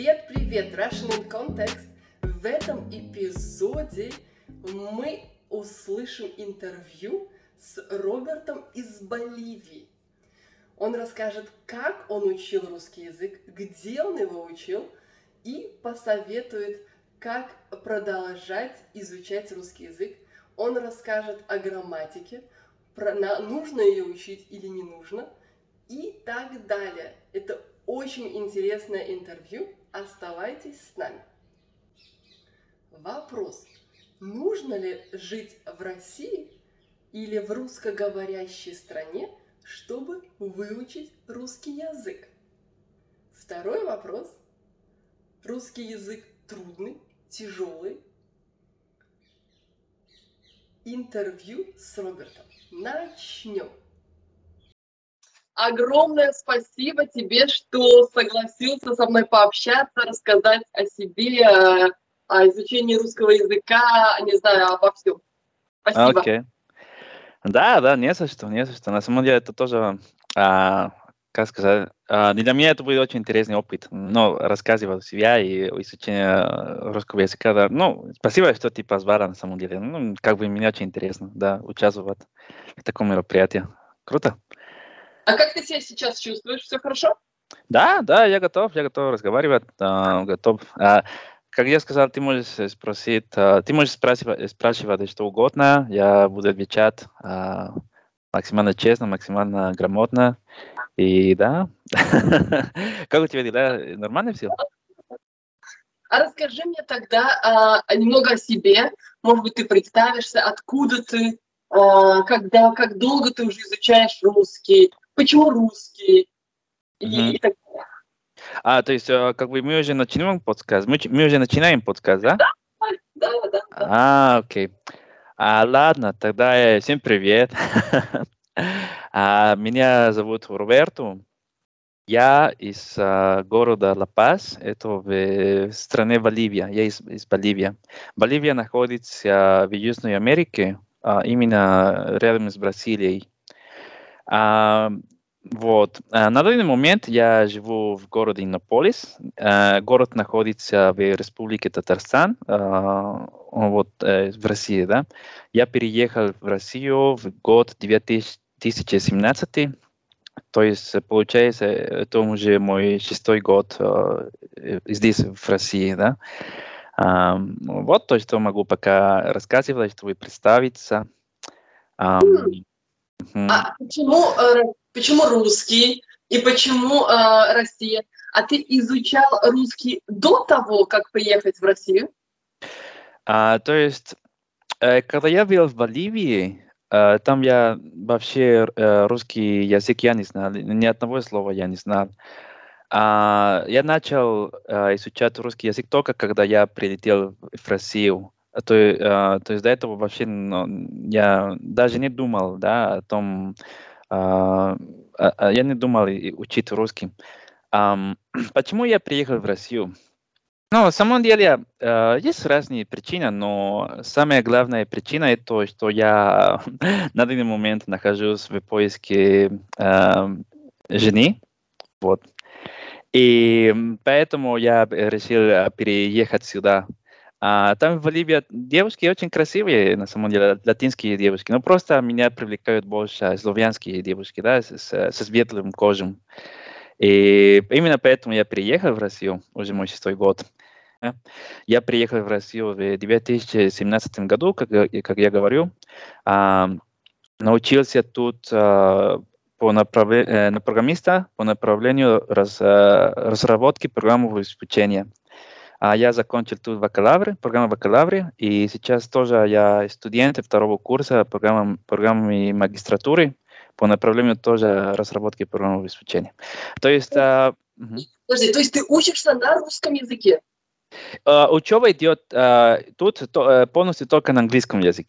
Привет, Russian in Context! В этом эпизоде мы услышим интервью с Робертом из Боливии. Он расскажет, как он учил русский язык, где он его учил, и посоветует, как продолжать изучать русский язык. Он расскажет о грамматике, нужно ее учить или не нужно, и так далее. Это очень интересное интервью. Оставайтесь с нами. Вопрос. Нужно ли жить в России или в русскоговорящей стране, чтобы выучить русский язык? Второй вопрос. Русский язык трудный, тяжелый? Интервью с Робертом. Начнем. Огромное спасибо тебе, что согласился со мной пообщаться, рассказать о себе, о изучении русского языка, не знаю, обо всем. Спасибо. Окей. Да, не за что. На самом деле это тоже, как сказать, для меня это будет очень интересный опыт. Ну, рассказывать о себе и изучение русского языка. Да. Ну, спасибо, что ты позвала, на самом деле. Ну, как бы мне очень интересно, да, участвовать в таком мероприятии. Круто. А как ты себя сейчас чувствуешь? Все хорошо? Да, я готов разговаривать, готов. Как я сказал, ты можешь спросить, ты можешь спрашивать что угодно, я буду отвечать максимально честно, максимально грамотно. И да, как у тебя дела? Нормально все? А расскажи мне тогда немного о себе. Может быть, ты представишься, откуда ты, как долго ты уже изучаешь русский, почему русский и так далее. То есть, как бы мы уже начинаем подкаст, мы уже начинаем подкаст, да? Да. Окей. Ладно, тогда всем привет. Меня зовут Роберто. Я из города Ла-Пас, это в стране Боливия. Я из Боливии. Боливия находится в Южной Америке, именно рядом с Бразилией. На данный момент я живу в городе Иннополис. Город находится в Республике Татарстан, в России, да. Я переехал в Россию в год 2017. То есть, получается, это уже мой 6-й год здесь, в России, да. Вот то, что могу пока рассказывать, чтобы представиться. Почему русский и почему Россия? А ты изучал русский до того, как приехать в Россию? То есть, когда я был в Боливии, там я вообще русский язык я не знал, ни одного слова я не знал. Я начал изучать русский язык только когда я прилетел в Россию. То есть до этого вообще я даже не думал, да, о том, я не думал учить русский. Почему я приехал в Россию? Ну, на самом деле, есть разные причины, но самая главная причина это то, что я на данный момент нахожусь в поиске жены. Вот. И поэтому я решил переехать сюда. Там в Боливии девушки очень красивые, на самом деле, латинские девушки, но просто меня привлекают больше славянские девушки, да, со светлым кожей. И именно поэтому я приехал в Россию, уже мой 6-й год. Я приехал в Россию в 2017 году, как я говорю. Научился тут на программиста по направлению разработки программного обеспечения. Я закончил тут программу бакалавра, и сейчас тоже я студент 2-го курса программы магистратуры по направлению тоже разработки программного обеспечения. То есть... Подожди, то есть ты учишься на русском языке? Учеба идет тут полностью только на английском языке.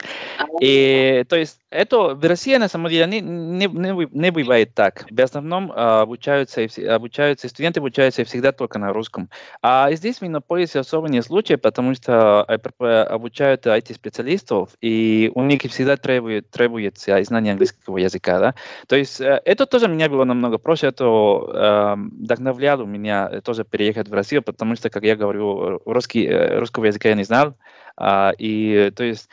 И, то есть, это в России на самом деле не бывает так. В основном обучаются, студенты обучаются всегда только на русском. А здесь в Иннополисе особо не случай, потому что обучают IT-специалистов, и у них всегда требуется знание английского языка, да. То есть, это тоже меня было намного проще, это вдохновляло меня тоже переехать в Россию, потому что, как я говорю, русского языка я не знал, и, то есть,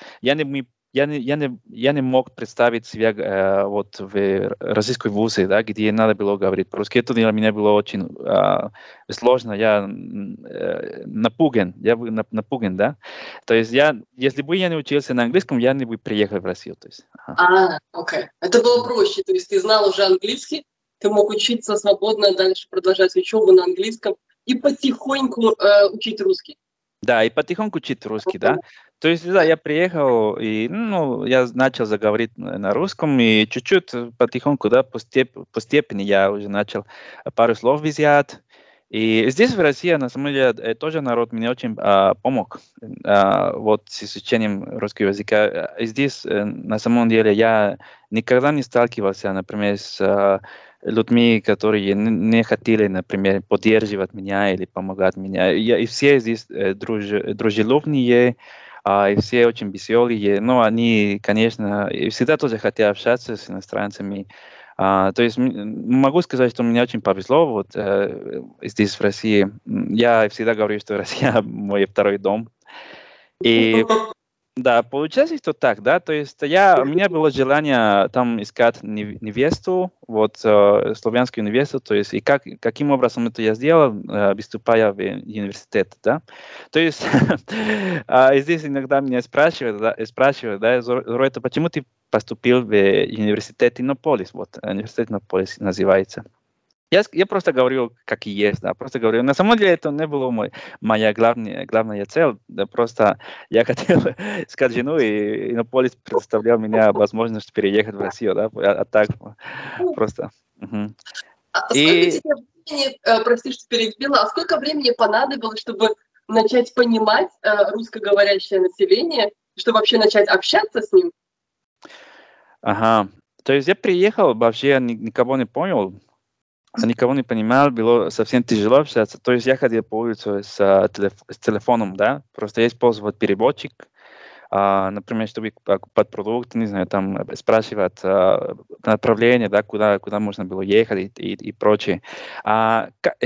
я не мог представить себя вот в российской вузе, да, где надо было говорить по-русски. Это для меня было очень сложно. Я напуган, напуган, да. То есть если бы я не учился на английском, я не бы приехал в Россию. То есть, Окей. Это было проще, то есть ты знал уже английский, ты мог учиться свободно дальше, продолжать учебу на английском и потихоньку учить русский. Да, и потихоньку учить русский, да. То есть, да, я приехал, и, я начал заговорить на русском, и чуть-чуть потихоньку, да, по степени я уже начал пару слов взять. И здесь, в России, на самом деле, тоже народ мне очень помог вот с изучением русского языка. Здесь, на самом деле, я никогда не сталкивался, например, с людьми, которые не хотели, например, поддерживать меня или помогать мне. И все здесь дружелюбные, и все очень веселые. Но они, конечно, и всегда тоже хотят общаться с иностранцами. То есть могу сказать, что мне очень повезло вот здесь, в России. Я всегда говорю, что Россия мой второй дом. И да, получается, что так, да, то есть у меня было желание там искать невесту, вот славянскую невесту, то есть и каким образом это я сделал, выступая в университет, да, то есть здесь иногда меня спрашивают, да, Зоройта, почему ты поступил в университет Иннополис, вот университет Иннополис называется. Я просто говорю, как и есть, да, просто говорю. На самом деле это не было моя главная цель, да, просто я хотел искать жену, и Иннополис предоставлял меня возможность переехать в Россию, да, так просто. Мгм. Сколько И, тебе времени, прости, что перебила, сколько времени понадобилось, чтобы начать понимать русскоговорящее население, чтобы вообще начать общаться с ним? ага, то есть я приехал, вообще никого не понял, никого не понимал, было совсем тяжело общаться. То есть я ходил по улице с телефоном, да, просто я использовал переводчик, например, чтобы покупать продукты, не знаю, там спрашивать направление, да, куда можно было ехать и прочее. И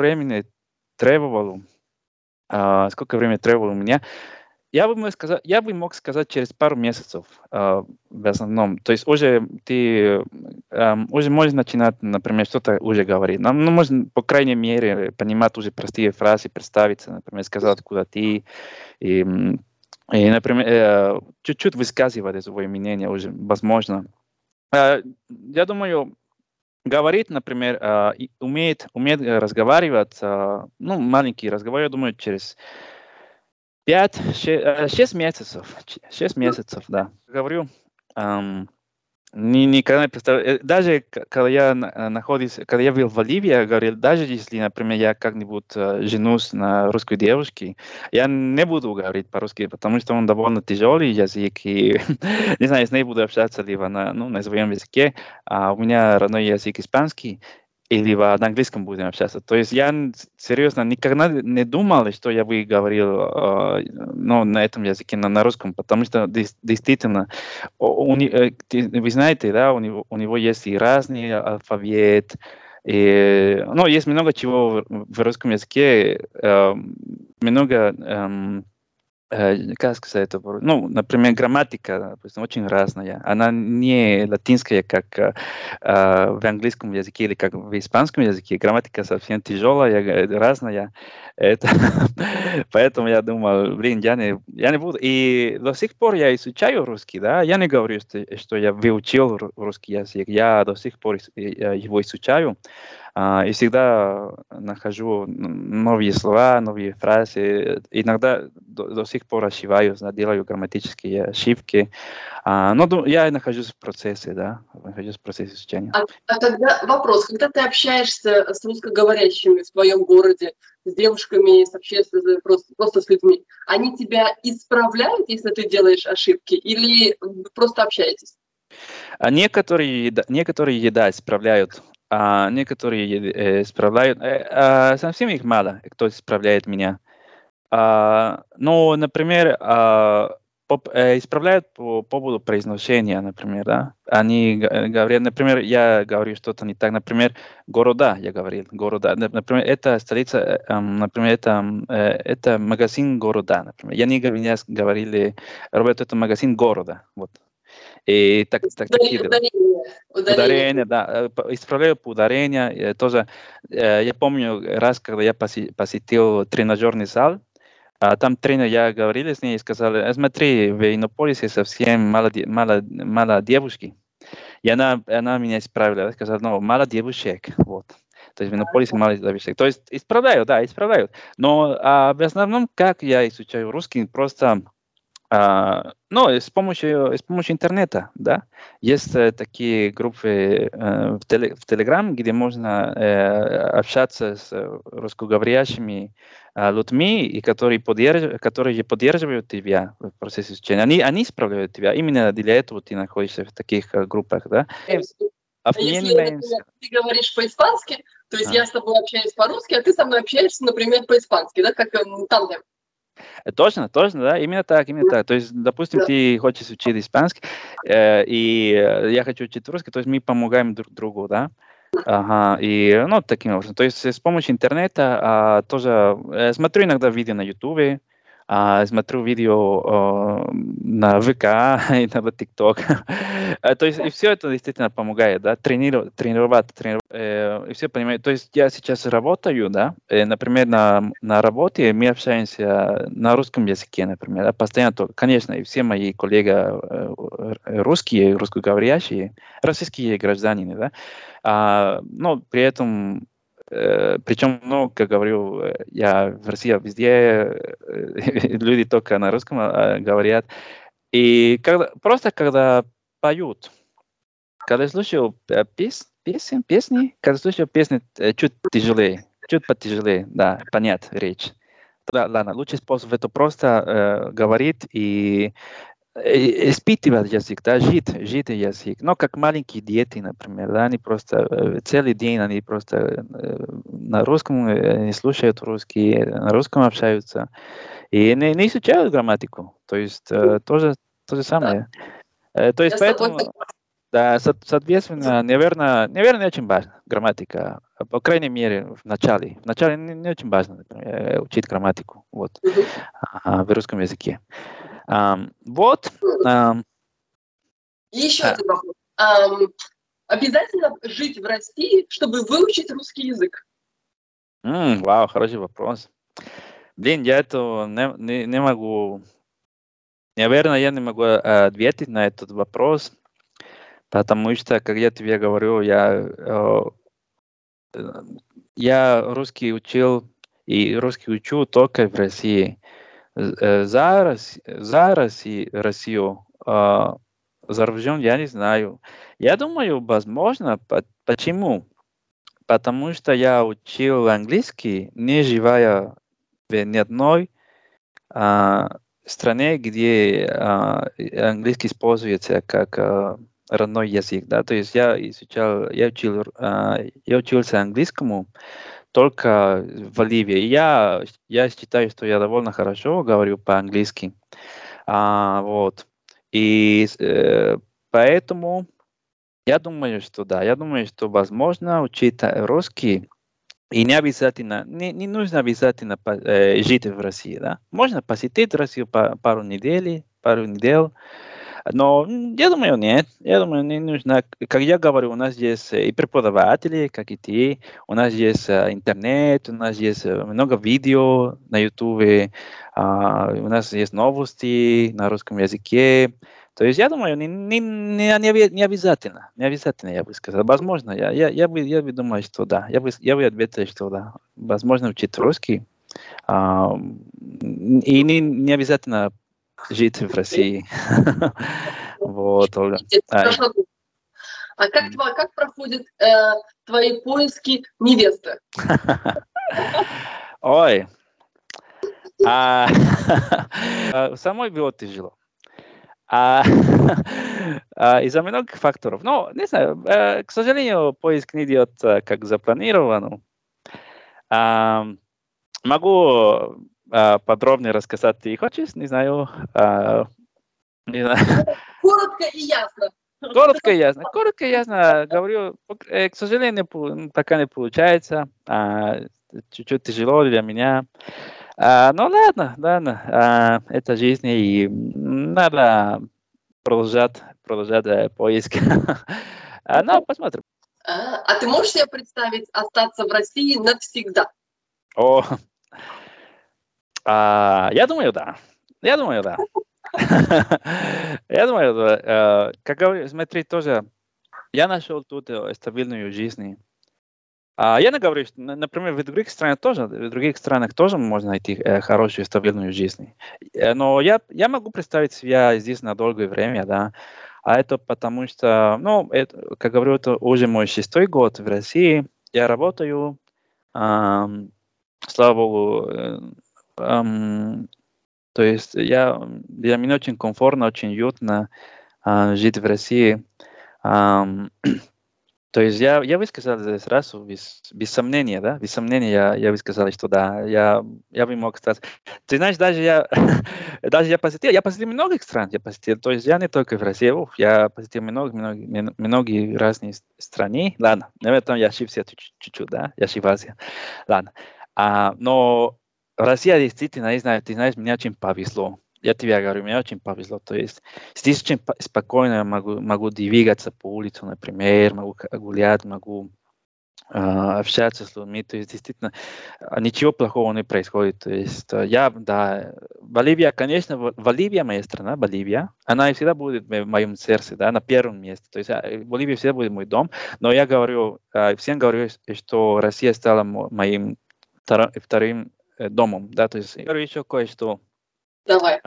сколько времени требовало у меня? Я бы мог сказать через пару месяцев в основном. То есть уже уже можешь начинать, например, что-то уже говорить. Можно, по крайней мере, понимать уже простые фразы, представиться, например, сказать, куда ты, и, например, чуть-чуть высказывать свое мнение уже возможно. Я думаю, говорить, например, умеет разговаривать, маленький разговор, я думаю, через 6 месяцев. 6 месяцев, да. Говорю, никогда не представляю. Даже когда когда я был в Боливии, я говорил, даже если, например, я как-нибудь женусь на русской девушке, я не буду говорить по-русски, потому что он довольно тяжелый язык, и не знаю, с ней буду общаться либо на своем языке, а у меня родной язык испанский, или на английском будем общаться. То есть я серьезно никогда не думал, что я бы говорил на этом языке, на русском, потому что действительно, вы знаете, да, у него есть и разный алфавит, и, есть много чего в русском языке, много как сказать это? Например, грамматика, допустим, очень разная. Она не латинская, как в английском языке или как в испанском языке. Грамматика совсем тяжелая, разная. Это Поэтому я думал, я не буду. И до сих пор я изучаю русский, да. Я не говорю, что я выучил русский язык. Я до сих пор его изучаю. И всегда нахожу новые слова, новые фразы. Иногда до сих пор ошибаюсь, да, делаю грамматические ошибки. Но я нахожусь в процессе, да, нахожусь в процессе изучения. А тогда вопрос, когда ты общаешься с русскоговорящими в своем городе, с девушками, с общественными, просто с людьми, они тебя исправляют, если ты делаешь ошибки, или просто общаетесь? Некоторые, некоторые, да, исправляют, а некоторые исправляют. Совсем их мало, кто исправляет меня. Ну, например, исправляют по поводу произношения, например, да. Они говорят, например, я говорю что-то не так, например, города, я говорил, города. Например, это столица, например, это магазин города, например. Я не говорили, Роберт, это магазин города, вот. И такие дела. Ударение, да. Исправляю по ударению. Тоже, я помню раз, когда я посетил тренажерный зал, там тренер, я говорили с ней и сказали, смотри, в Иннополисе совсем мало девушки. И она меня исправила, сказала, ну, мало девушек, вот. То есть в Иннополисе мало девушек. То есть исправляют, да, исправляют. Но в основном, как я изучаю русский, просто ну, с помощью интернета, да. Есть такие группы в Telegram, где можно общаться с русскоговорящими людьми, и которые поддерживают тебя в процессе изучения. Они исправляют тебя. Именно для этого ты находишься в таких группах, да. А если, например, ты говоришь по-испански, то есть я с тобой общаюсь по-русски, а ты со мной общаешься, например, по-испански, да, как тандем. Точно, да, именно так. То есть, допустим, ты хочешь учить испанский, и я хочу учить русский, то есть мы помогаем друг другу, да. Ага, и, ну, таким образом. То есть с помощью интернета тоже смотрю иногда видео на Ютубе, смотрю видео на ВК и на ТикТок. То есть и все это действительно помогает, да, тренировать, и все понимают. То есть я сейчас работаю, да, например, на работе мы общаемся на русском языке, например, да, постоянно, конечно, и все мои коллеги русские, русскоговорящие, российские граждане, да, но при этом, причем, ну, как говорю, я в России везде люди только на русском говорят. И когда поют, когда слушаю песни, когда слушаю песни, чуть тяжелее, чуть потяжелее, да, понять речь. Да, ладно, лучший способ это просто говорить и испытывать язык, да, жить язык. Но как маленькие дети, например, да, они просто целый день, они просто на русском не слушают русский, на русском общаются и не изучают грамматику. То есть то же самое. То есть поэтому, да, соответственно, наверное, очень важно грамматика. По крайней мере, в начале. В начале не очень важно, например, учить грамматику, вот, в русском языке. Вот. Еще один вопрос. Обязательно жить в России, чтобы выучить русский язык? Вау, хороший вопрос. Блин, я этого не могу. Наверное, я не могу ответить на этот вопрос, потому что, как я тебе говорю, я русский учил и русский учу только в России. За Россию, за рубежом я не знаю. Я думаю, возможно. Почему? Потому что я учил английский, не живя в ни одной стране, где английский используется как родной язык, да. То есть я учился английскому только в Боливии. Я считаю, что я довольно хорошо говорю по-английски. Вот. И поэтому я думаю, что да. Я думаю, что возможно учить русский. И не обязательно, не нужно обязательно жить в России, да. Можно посетить Россию пару недель, но я думаю, нет. Я думаю, не нужно. Как я говорю, у нас есть и преподаватели, как и ты, у нас есть интернет, у нас есть много видео на YouTube, у нас есть новости на русском языке. То есть я думаю, не обязательно, я бы сказал. Возможно, я бы думал, что да. Я бы ответил, что да. Возможно, учить русский. И не обязательно жить в России. Вот, Ольга. А как проходят твои поиски невесты? Ой, самой было тяжело. Из-за многих факторов. Ну, не знаю, к сожалению, поиск не идет как запланировано. Могу подробнее рассказать. Ты хочешь? Не знаю. Не знаю. Коротко и ясно. Коротко и ясно. Коротко и ясно говорю. К сожалению, пока не получается. Чуть-чуть тяжело для меня. Ну ладно. Это жизнь, и надо продолжать поиск. Ну, посмотрим. А ты можешь себе представить остаться в России навсегда? О, я думаю, да. Я думаю, да. Как говорю, смотри, тоже я нашел тут стабильную жизнь. Я не говорю, что, например, в других странах тоже можно найти хорошую стабильную жизнь. Но я могу представить себя здесь на долгое время, да. А это потому что, ну, это, как говорю, это уже мой 6-й год в России. Я работаю, слава богу, то есть для меня очень комфортно, очень уютно жить в России. То есть я высказал здесь сразу, без сомнения, да, без сомнения я высказал, что да, я бы мог стать. Ты знаешь, даже я посетил многих стран, то есть я не только в России, я посетил многие разные страны. Ладно, на этом я ошибся чуть-чуть, да, я ошибался. Ладно. Но Россия действительно, не знаю, ты знаешь, мне очень повезло. Я тебе говорю, мне очень повезло. То есть здесь очень спокойно могу двигаться по улице, например, могу гулять, могу общаться с людьми. То есть действительно ничего плохого не происходит. То есть Боливия, конечно, Боливия моя страна, Боливия, она всегда будет в моем сердце, да, на первом месте. То есть Боливия всегда будет мой дом. Но я говорю, всем говорю, что Россия стала моим вторым домом, да. То есть я говорю еще кое-что. Давай.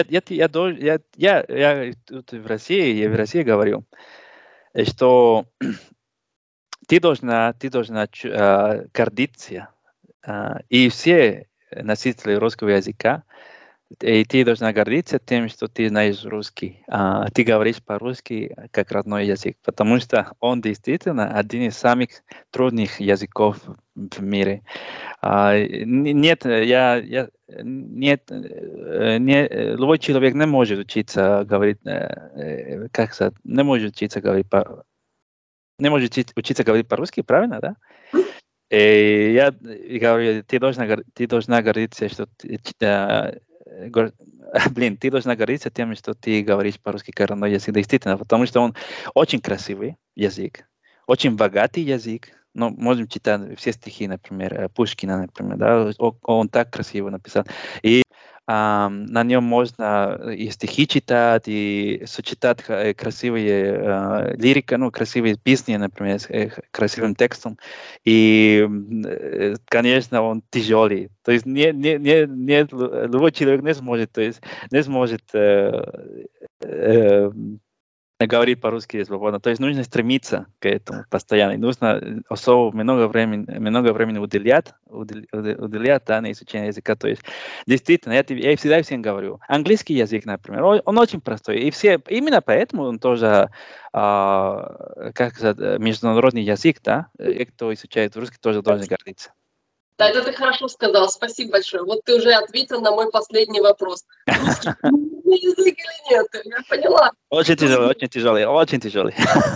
Я тут в России говорю, что ты должна гордиться, и все носители русского языка, и ты должна гордиться тем, что ты знаешь русский. Ты говоришь по-русски как родной язык, потому что он действительно один из самых трудных языков в мире. Любой человек не может учиться говорить, не может учиться говорить по-русски, правильно, да? И я говорю, ты должна гордиться, что ты должна гордиться тем, что ты говоришь по-русски как родной язык, действительно, потому что он очень красивый язык, очень богатый язык. Ну, можем читать все стихи, например, Пушкина, например, да, он так красиво написал. И на нем можно и стихи читать, и сочетать красивые лирика, ну, красивые песни, например, с красивым текстом. И, конечно, он тяжелый. То есть любой человек не сможет, говорить по-русски свободно. То есть нужно стремиться к этому постоянно. И нужно особо много времени уделять на изучение языка. То есть действительно, я всегда всем говорю, английский язык, например, он очень простой. И именно поэтому он тоже, как сказать, международный язык, да, и кто изучает русский, тоже должен гордиться. Да, это ты хорошо сказал. Спасибо большое. Вот ты уже ответил на мой последний вопрос. Русский язык или нет? Я поняла. Очень тяжелый.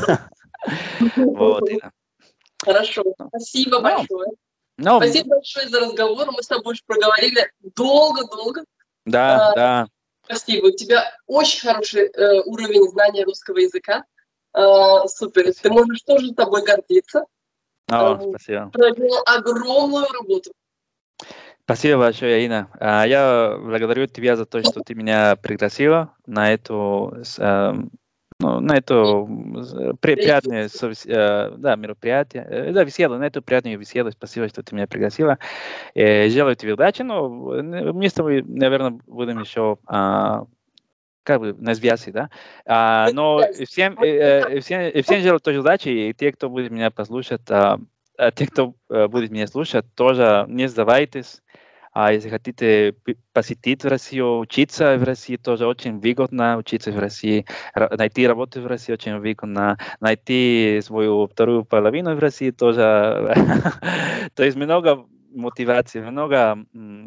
Вот. Хорошо. Спасибо большое. Спасибо большое за разговор. Мы с тобой уже проговорили долго-долго. Да. Спасибо. У тебя очень хороший уровень знания русского языка. Супер. Ты можешь тоже тобой гордиться. Спасибо. Проделал огромную работу. Спасибо большое, Инна. Я благодарю тебя за то, что ты меня пригласила на эту приятное мероприятие, на эту приятную беседу. Спасибо, что ты меня пригласила. Желаю тебе удачи. Мы с тобой, наверное, будем еще как бы на связи, да. Но всем желаю тоже удачи, и те, кто будет меня послушать, те, кто будет меня слушать, тоже не сдавайтесь. А если хотите посетить Россию, учиться в России, тоже очень выгодно учиться в России. Найти работу в России очень выгодно. Найти свою вторую половину в России тоже. То есть много мотиваций, много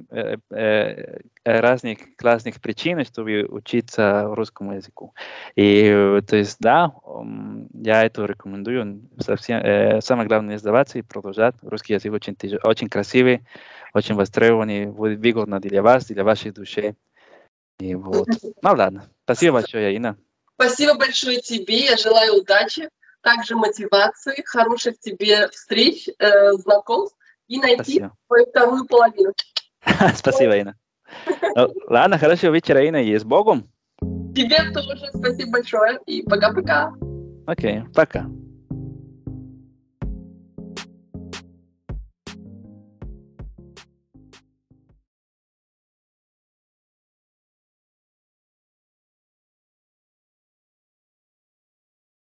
разных классных причин, чтобы учиться русскому языку. И то есть, да, я это рекомендую. Самое главное сдаваться и продолжать. Русский язык очень красивый, очень востребованный, будет выгодно для вас, для вашей души. И вот. Ну ладно. Спасибо большое, Инна. Спасибо большое тебе. Я желаю удачи, также мотивации, хороших тебе встреч, знакомств и найти свою вторую половину. Спасибо, Инна. Ладно, хорошего вечера, Инна, и с Богом. Тебе тоже спасибо большое и пока-пока. Окей, пока.